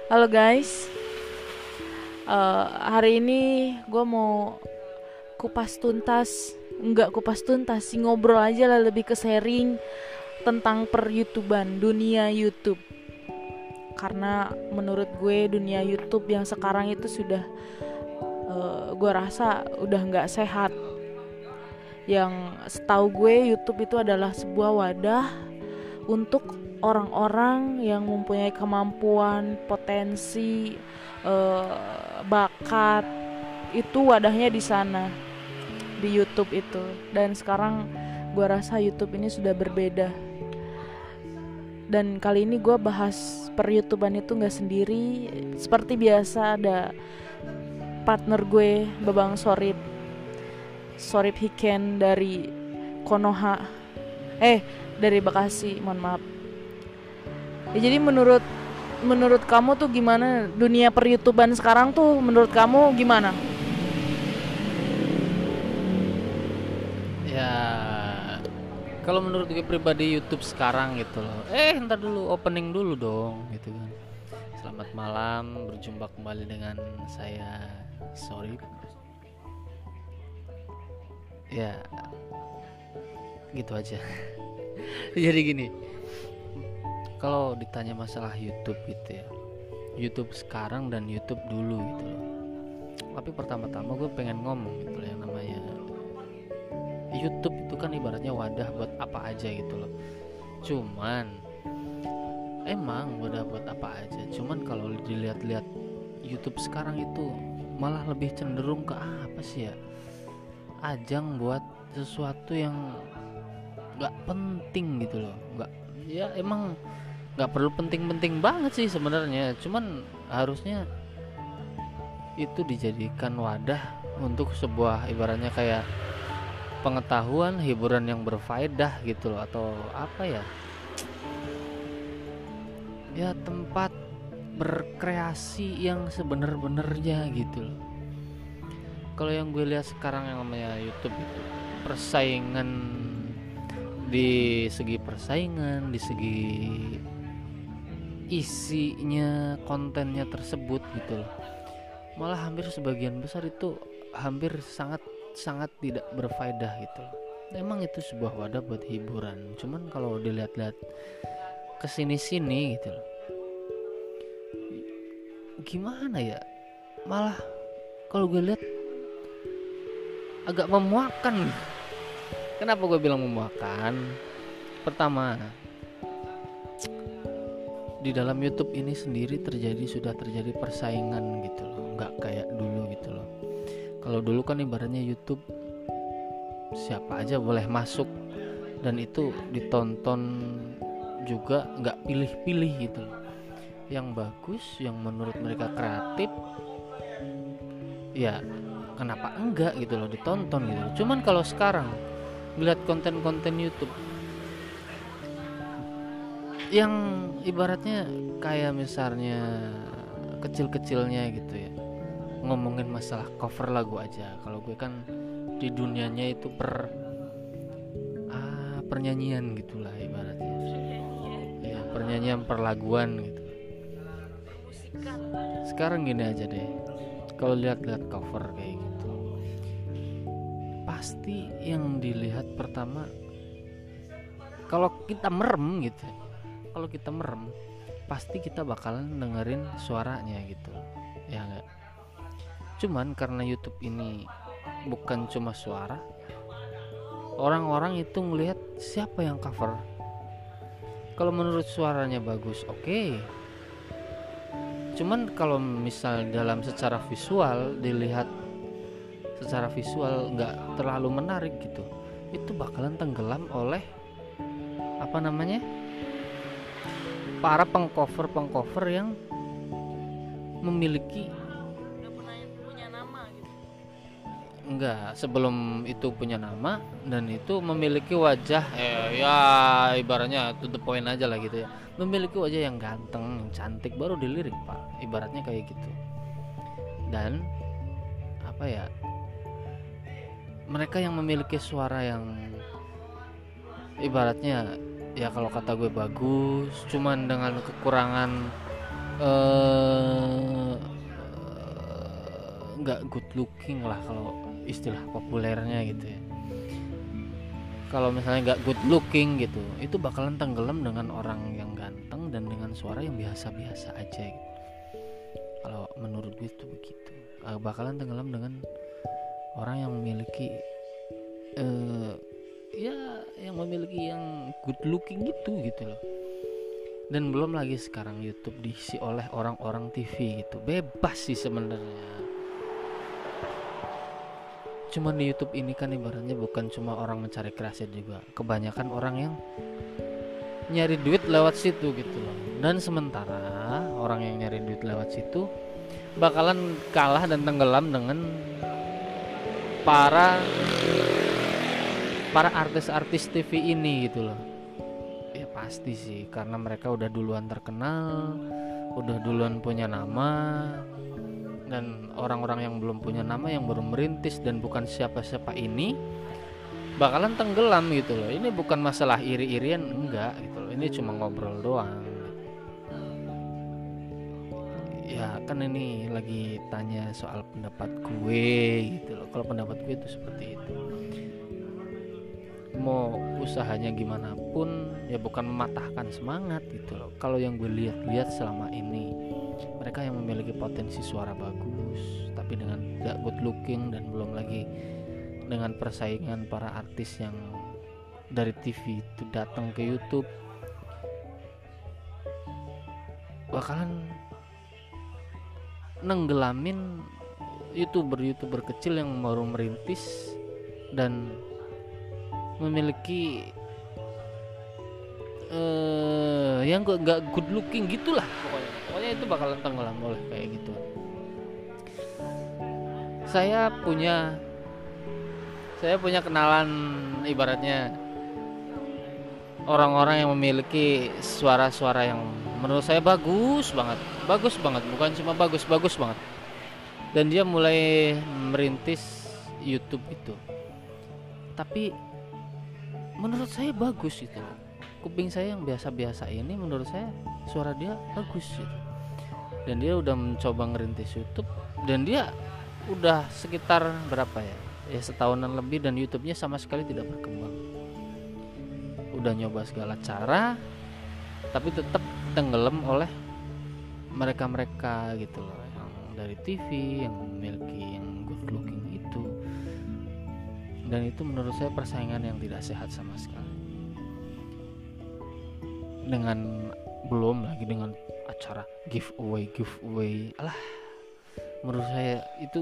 Halo guys. Hari ini gue mau kupas tuntas, nggak kupas tuntas sih, ngobrol aja lah, lebih ke sharing tentang per YouTubean, dunia YouTube. Karena menurut gue dunia YouTube yang sekarang itu sudah, gue rasa udah nggak sehat. Yang setahu gue YouTube itu adalah sebuah wadah untuk orang-orang yang mempunyai kemampuan, potensi, eh, bakat, itu wadahnya di sana, di YouTube itu. Dan sekarang gue rasa YouTube ini sudah berbeda. Dan kali ini gue bahas per YouTubean itu nggak sendiri. Seperti biasa ada partner gue, Babang Sorip, Sorip Hiken dari Konoha, dari Bekasi, mohon maaf. Ya, jadi menurut kamu tuh gimana dunia per YouTubean sekarang tuh, menurut kamu gimana? Ya, kalau menurut gue pribadi YouTube sekarang gitu loh. Ntar dulu opening dulu dong gitu kan. Selamat malam, berjumpa kembali dengan saya Sorry. Ya, gitu aja. Jadi gini, kalau ditanya masalah YouTube gitu ya, YouTube sekarang dan YouTube dulu gitu loh. Tapi pertama-tama gue pengen ngomong gitu loh, yang namanya YouTube itu kan ibaratnya wadah buat apa aja gitu loh. Cuman emang wadah buat apa aja. Cuman kalau dilihat-lihat YouTube sekarang itu malah lebih cenderung ke apa sih ya? Ajang buat sesuatu yang nggak penting gitu loh. Nggak, ya emang nggak perlu penting-penting banget sih sebenarnya. Cuman harusnya itu dijadikan wadah untuk sebuah ibaratnya kayak pengetahuan, hiburan yang berfaedah gitu loh, atau apa ya, ya tempat berkreasi yang sebenar-benarnya gitu loh. Kalau yang gue lihat sekarang yang namanya YouTube itu persaingan, di segi persaingan, di segi isinya, kontennya tersebut gitu loh, malah hampir sebagian besar itu hampir sangat sangat tidak berfaedah gitu loh. Emang itu sebuah wadah buat hiburan, cuman kalau dilihat-lihat kesini-sini gitu loh, gimana ya, malah kalau gue lihat agak memuakan. Kenapa gue bilang memuakan? Pertama, di dalam YouTube ini sendiri sudah terjadi persaingan gitu loh, nggak kayak dulu gitu loh. Kalau dulu kan ibaratnya YouTube siapa aja boleh masuk dan itu ditonton juga, nggak pilih-pilih gitu loh. Yang bagus, yang menurut mereka kreatif, ya kenapa enggak gitu loh, ditonton gitu loh. Cuman kalau sekarang lihat konten-konten YouTube yang ibaratnya kayak misalnya kecil-kecilnya gitu ya, ngomongin masalah cover lagu aja. Kalau gue kan di dunianya itu pernyanyian gitulah ibaratnya, ya pernyanyian perlaguan gitu. Sekarang gini aja deh, kalau lihat-lihat cover kayak gitu, pasti yang dilihat pertama, kalau kita merem gitu, kalau kita merem pasti kita bakalan dengerin suaranya gitu ya enggak. Cuman karena YouTube ini bukan cuma suara, orang-orang itu ngelihat siapa yang cover. Kalau menurut suaranya bagus, oke. Cuman kalau misal dalam secara visual dilihat, secara visual nggak terlalu menarik gitu, itu bakalan tenggelam oleh apa namanya, para pengcover yang memiliki, enggak, sebelum itu punya nama dan itu memiliki wajah, ya ibaratnya to the point aja lah gitu ya, memiliki wajah yang ganteng, yang cantik, baru dilirik pak, ibaratnya kayak gitu. Dan apa ya, mereka yang memiliki suara yang ibaratnya, ya kalau kata gue bagus, cuman dengan kekurangan nggak good looking lah kalau istilah populernya gitu ya. Kalau misalnya nggak good looking gitu, itu bakalan tenggelam dengan orang yang ganteng dan dengan suara yang biasa-biasa aja gitu. Kalau menurut gue itu begitu. Bakalan tenggelam dengan orang yang memiliki yang memiliki yang good looking gitu loh. Dan belum lagi sekarang YouTube diisi oleh orang-orang TV gitu. Bebas sih sebenarnya. Cuman di YouTube ini kan ibaratnya bukan cuma orang mencari kreasi juga. Kebanyakan orang yang nyari duit lewat situ gitu loh. Dan sementara orang yang nyari duit lewat situ bakalan kalah dan tenggelam dengan para artis-artis TV ini gitu loh. Ya pasti sih, karena mereka udah duluan terkenal, udah duluan punya nama. Dan orang-orang yang belum punya nama, yang baru merintis dan bukan siapa-siapa ini bakalan tenggelam gitu loh. Ini bukan masalah iri-irian, enggak gitu loh. Ini cuma ngobrol doang. Ya kan ini lagi tanya soal pendapat gue gitu loh. Kalau pendapat gue itu seperti itu. Mau usahanya gimana pun ya bukan mematahkan semangat gitu loh. Kalau yang gue lihat selama ini, mereka yang memiliki potensi suara bagus tapi dengan gak good looking, dan belum lagi dengan persaingan para artis yang dari TV itu datang ke YouTube, bakalan nenggelamin YouTuber kecil yang baru merintis dan memiliki yang gak good looking gitulah pokoknya itu bakalan tenggelam oleh kayak gitu. Saya punya kenalan, ibaratnya orang-orang yang memiliki suara-suara yang menurut saya bagus banget, bukan cuma bagus banget. Dan dia mulai merintis YouTube itu, tapi menurut saya bagus itu. Kuping saya yang biasa-biasa ini, menurut saya suara dia bagus gitu. Dan dia udah mencoba ngerintis YouTube, dan dia udah sekitar berapa ya setahunan lebih, dan YouTube-nya sama sekali tidak berkembang. Udah nyoba segala cara tapi tetap tenggelam oleh mereka gitu loh, yang dari TV, yang memiliki yang good looking itu. Dan itu menurut saya persaingan yang tidak sehat sama sekali. Dengan belum lagi dengan acara giveaway, alah, menurut saya itu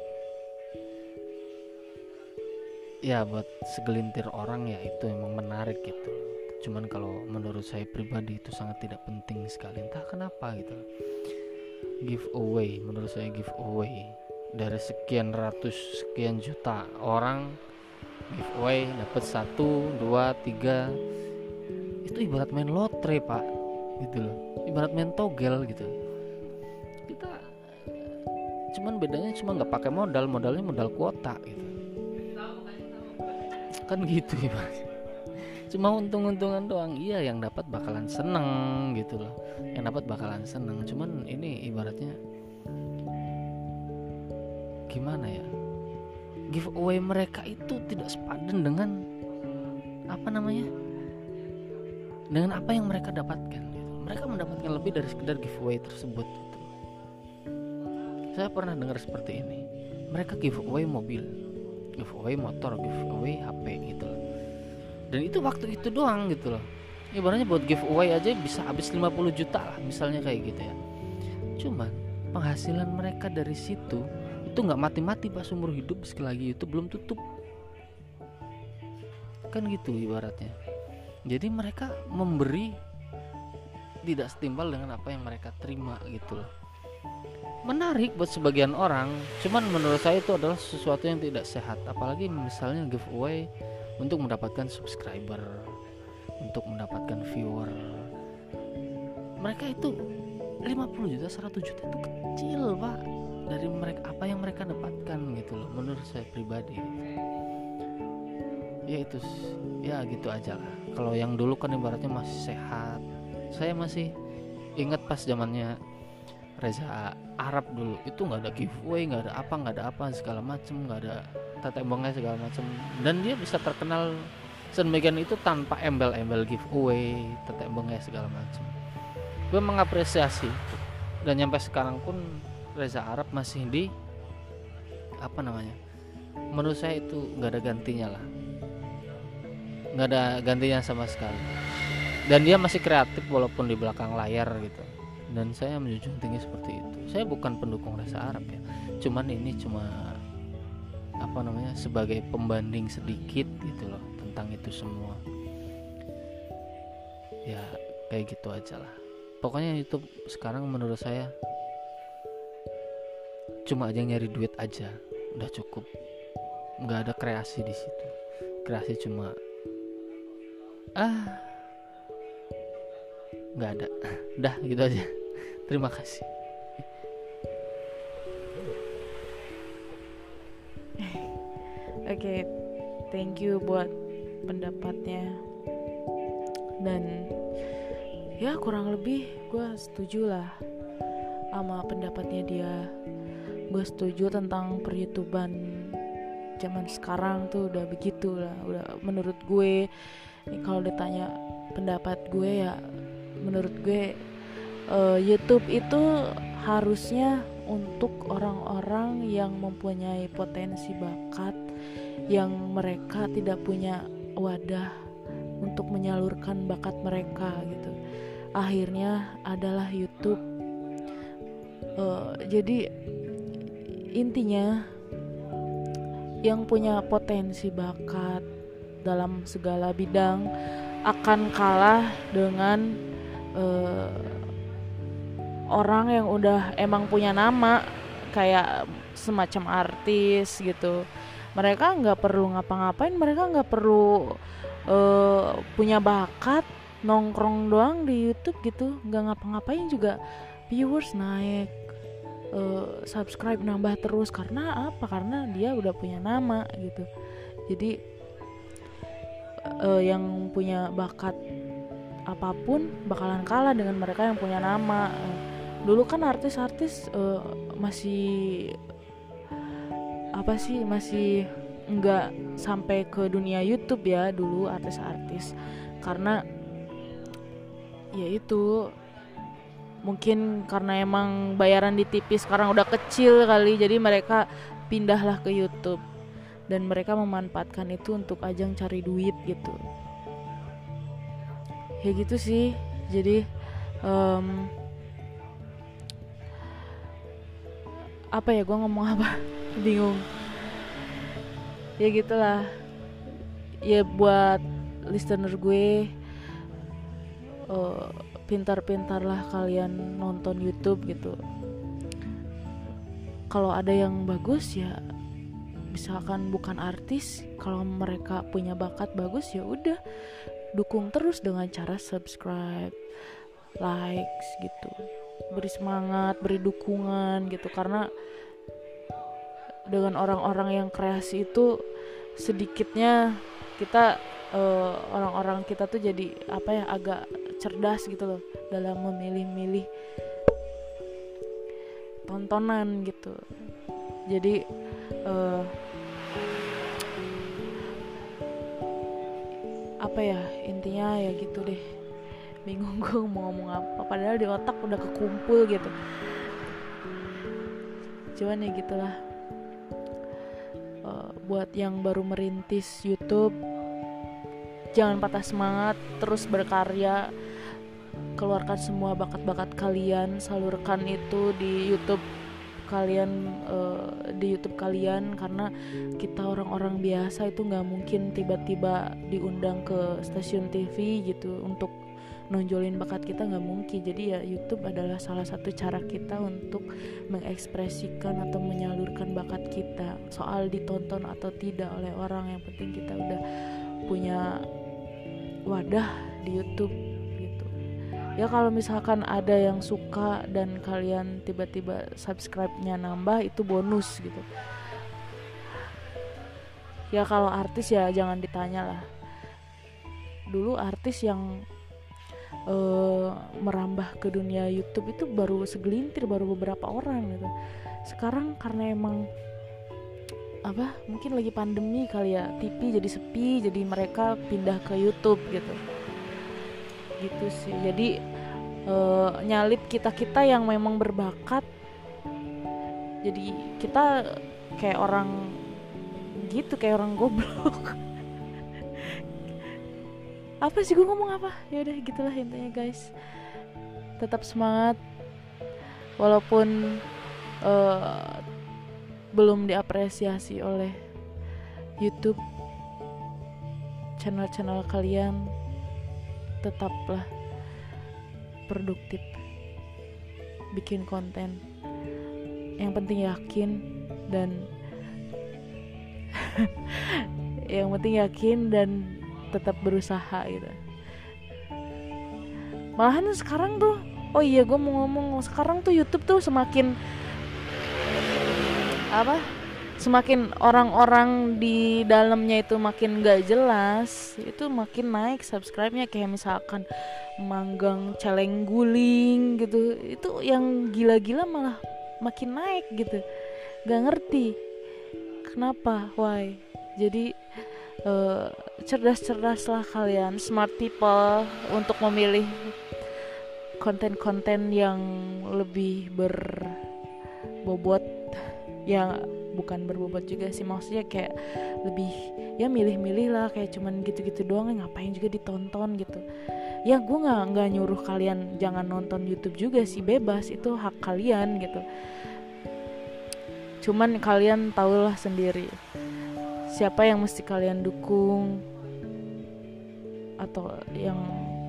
ya buat segelintir orang ya itu emang menarik gitu. Cuman kalau menurut saya pribadi itu sangat tidak penting sekali, entah kenapa gitu. Giveaway, menurut saya giveaway dari sekian ratus sekian juta orang, giveaway dapat 1, 2, 3, itu ibarat main lotre pak gitu loh, ibarat main togel gitu. Kita cuman bedanya cuma nggak pakai modalnya modal kuota gitu kan gitu ibaratnya. Cuma untung-untungan doang. Iya, yang dapat bakalan seneng gitu loh, yang dapat bakalan seneng. Cuman ini ibaratnya gimana ya, giveaway mereka itu tidak sepadan dengan dengan apa yang mereka dapatkan gitu. Mereka mendapatkan lebih dari sekedar giveaway tersebut gitu. Saya pernah dengar seperti ini, mereka giveaway mobil, giveaway motor, giveaway HP gitu loh. Dan itu waktu itu doang gitu loh. Ibaratnya buat giveaway aja bisa habis 50 juta lah misalnya kayak gitu ya. Cuman penghasilan mereka dari situ itu gak mati-mati pas umur hidup, sekali lagi itu belum tutup. Kan gitu ibaratnya. Jadi mereka memberi tidak setimpal dengan apa yang mereka terima gitu loh. Menarik buat sebagian orang, cuman menurut saya itu adalah sesuatu yang tidak sehat. Apalagi misalnya giveaway untuk mendapatkan subscriber, untuk mendapatkan viewer. Mereka itu 50 juta, 100 juta itu kecil pak dari mereka, apa yang mereka dapatkan gitu loh, menurut saya pribadi gitu. Ya itu ya gitu aja lah. Kalau yang dulu kan ibaratnya masih sehat. Saya masih ingat pas zamannya Reza Arab dulu itu nggak ada giveaway, nggak ada apa segala macem, nggak ada tetek bengek segala macem, dan dia bisa terkenal sedemikian itu tanpa embel-embel giveaway, tetek bengek segala macem. Gue mengapresiasi itu. Dan sampai sekarang pun Reza Arab masih di apa namanya, menurut saya itu nggak ada gantinya lah, nggak ada gantinya sama sekali. Dan dia masih kreatif walaupun di belakang layar gitu. Dan saya menjunjung tinggi seperti itu. Saya bukan pendukung Reza Arab ya, cuman ini cuma apa namanya, sebagai pembanding sedikit gitu loh tentang itu semua. Ya kayak gitu aja lah. Pokoknya YouTube sekarang menurut saya cuma aja nyari duit aja, udah cukup. Nggak ada kreasi di situ. Kreasi cuma nggak ada. Udah gitu aja. Terima kasih. Oke, thank you buat pendapatnya. Dan ya kurang lebih gue setuju lah sama pendapatnya dia. Gue setuju tentang per-YouTuban zaman sekarang tuh udah begitu lah. Udah menurut gue, kalau ditanya pendapat gue ya, menurut gue YouTube itu harusnya untuk orang-orang yang mempunyai potensi bakat, yang mereka tidak punya wadah untuk menyalurkan bakat mereka gitu. Akhirnya adalah YouTube. Jadi intinya yang punya potensi bakat dalam segala bidang akan kalah dengan orang yang udah emang punya nama, kayak semacam artis gitu. Mereka nggak perlu ngapa-ngapain, mereka nggak perlu punya bakat, nongkrong doang di YouTube gitu, nggak ngapa-ngapain juga viewers naik, subscribe nambah terus. Karena apa? Karena dia udah punya nama gitu. Jadi yang punya bakat apapun bakalan kalah dengan mereka yang punya nama. Dulu kan artis-artis masih nggak sampai ke dunia YouTube ya dulu artis-artis, karena ya itu mungkin karena emang bayaran di TV sekarang udah kecil kali, jadi mereka pindahlah ke YouTube dan mereka memanfaatkan itu untuk ajang cari duit gitu. Ya gitu sih. Jadi apa ya, gue ngomong apa bingung ya gitulah ya. Buat listener gue, pintar-pintarlah kalian nonton YouTube gitu. Kalau ada yang bagus ya, misalkan bukan artis, kalau mereka punya bakat bagus ya udah dukung terus dengan cara subscribe, likes gitu, beri semangat, beri dukungan gitu. Karena dengan orang-orang yang kreasi itu sedikitnya kita orang-orang kita tuh jadi apa ya, agak cerdas gitu loh dalam memilih-milih tontonan gitu. Jadi apa ya, intinya ya gitu deh. Bingung gue mau ngomong apa, padahal di otak udah kekumpul gitu. Cuman ya gitulah. Buat yang baru merintis YouTube, jangan patah semangat, terus berkarya, keluarkan semua bakat-bakat kalian, salurkan itu di YouTube kalian, karena kita orang-orang biasa itu nggak mungkin tiba-tiba diundang ke stasiun TV gitu untuk nonjolin bakat kita, nggak mungkin. Jadi ya YouTube adalah salah satu cara kita untuk mengekspresikan atau menyalurkan bakat kita. Soal ditonton atau tidak oleh orang, yang penting kita udah punya wadah di YouTube gitu. Ya kalau misalkan ada yang suka dan kalian tiba-tiba subscribe-nya nambah, itu bonus gitu. Ya kalau artis ya jangan ditanya lah. Dulu artis yang merambah ke dunia YouTube itu baru segelintir, baru beberapa orang gitu. Sekarang karena emang mungkin lagi pandemi kali ya, TV jadi sepi, jadi mereka pindah ke YouTube gitu sih. Jadi nyalip kita yang memang berbakat, jadi kita kayak orang gitu, kayak orang goblok. Apa sih gue ngomong apa? Ya udah gitulah intinya guys. Tetap semangat walaupun belum diapresiasi oleh YouTube. Channel-channel kalian tetaplah produktif, bikin konten. Yang penting yakin dan yang penting yakin dan tetap berusaha gitu. Malahan sekarang tuh, oh iya gue mau ngomong, sekarang tuh YouTube tuh semakin semakin orang-orang di dalamnya itu makin gak jelas, itu makin naik subscribe-nya. Kayak misalkan manggang celeng guling gitu, itu yang gila-gila malah makin naik gitu. Gak ngerti kenapa, why. Jadi cerdas-cerdaslah kalian, smart people, untuk memilih konten-konten yang lebih berbobot. Ya bukan berbobot juga sih, maksudnya kayak lebih ya milih-milih lah, kayak cuman gitu-gitu doang, ngapain juga ditonton gitu. Ya gue nggak nyuruh kalian jangan nonton YouTube juga sih, bebas, itu hak kalian gitu. Cuman kalian tahulah sendiri siapa yang mesti kalian dukung atau yang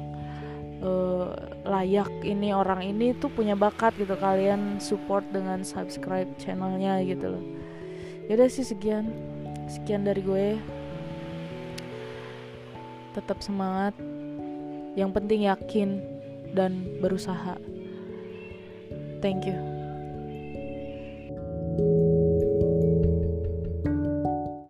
layak, ini orang ini tuh punya bakat gitu, kalian support dengan subscribe channelnya gitu loh. Yaudah sih, sekian dari gue. Tetap semangat, yang penting yakin dan berusaha. Thank you.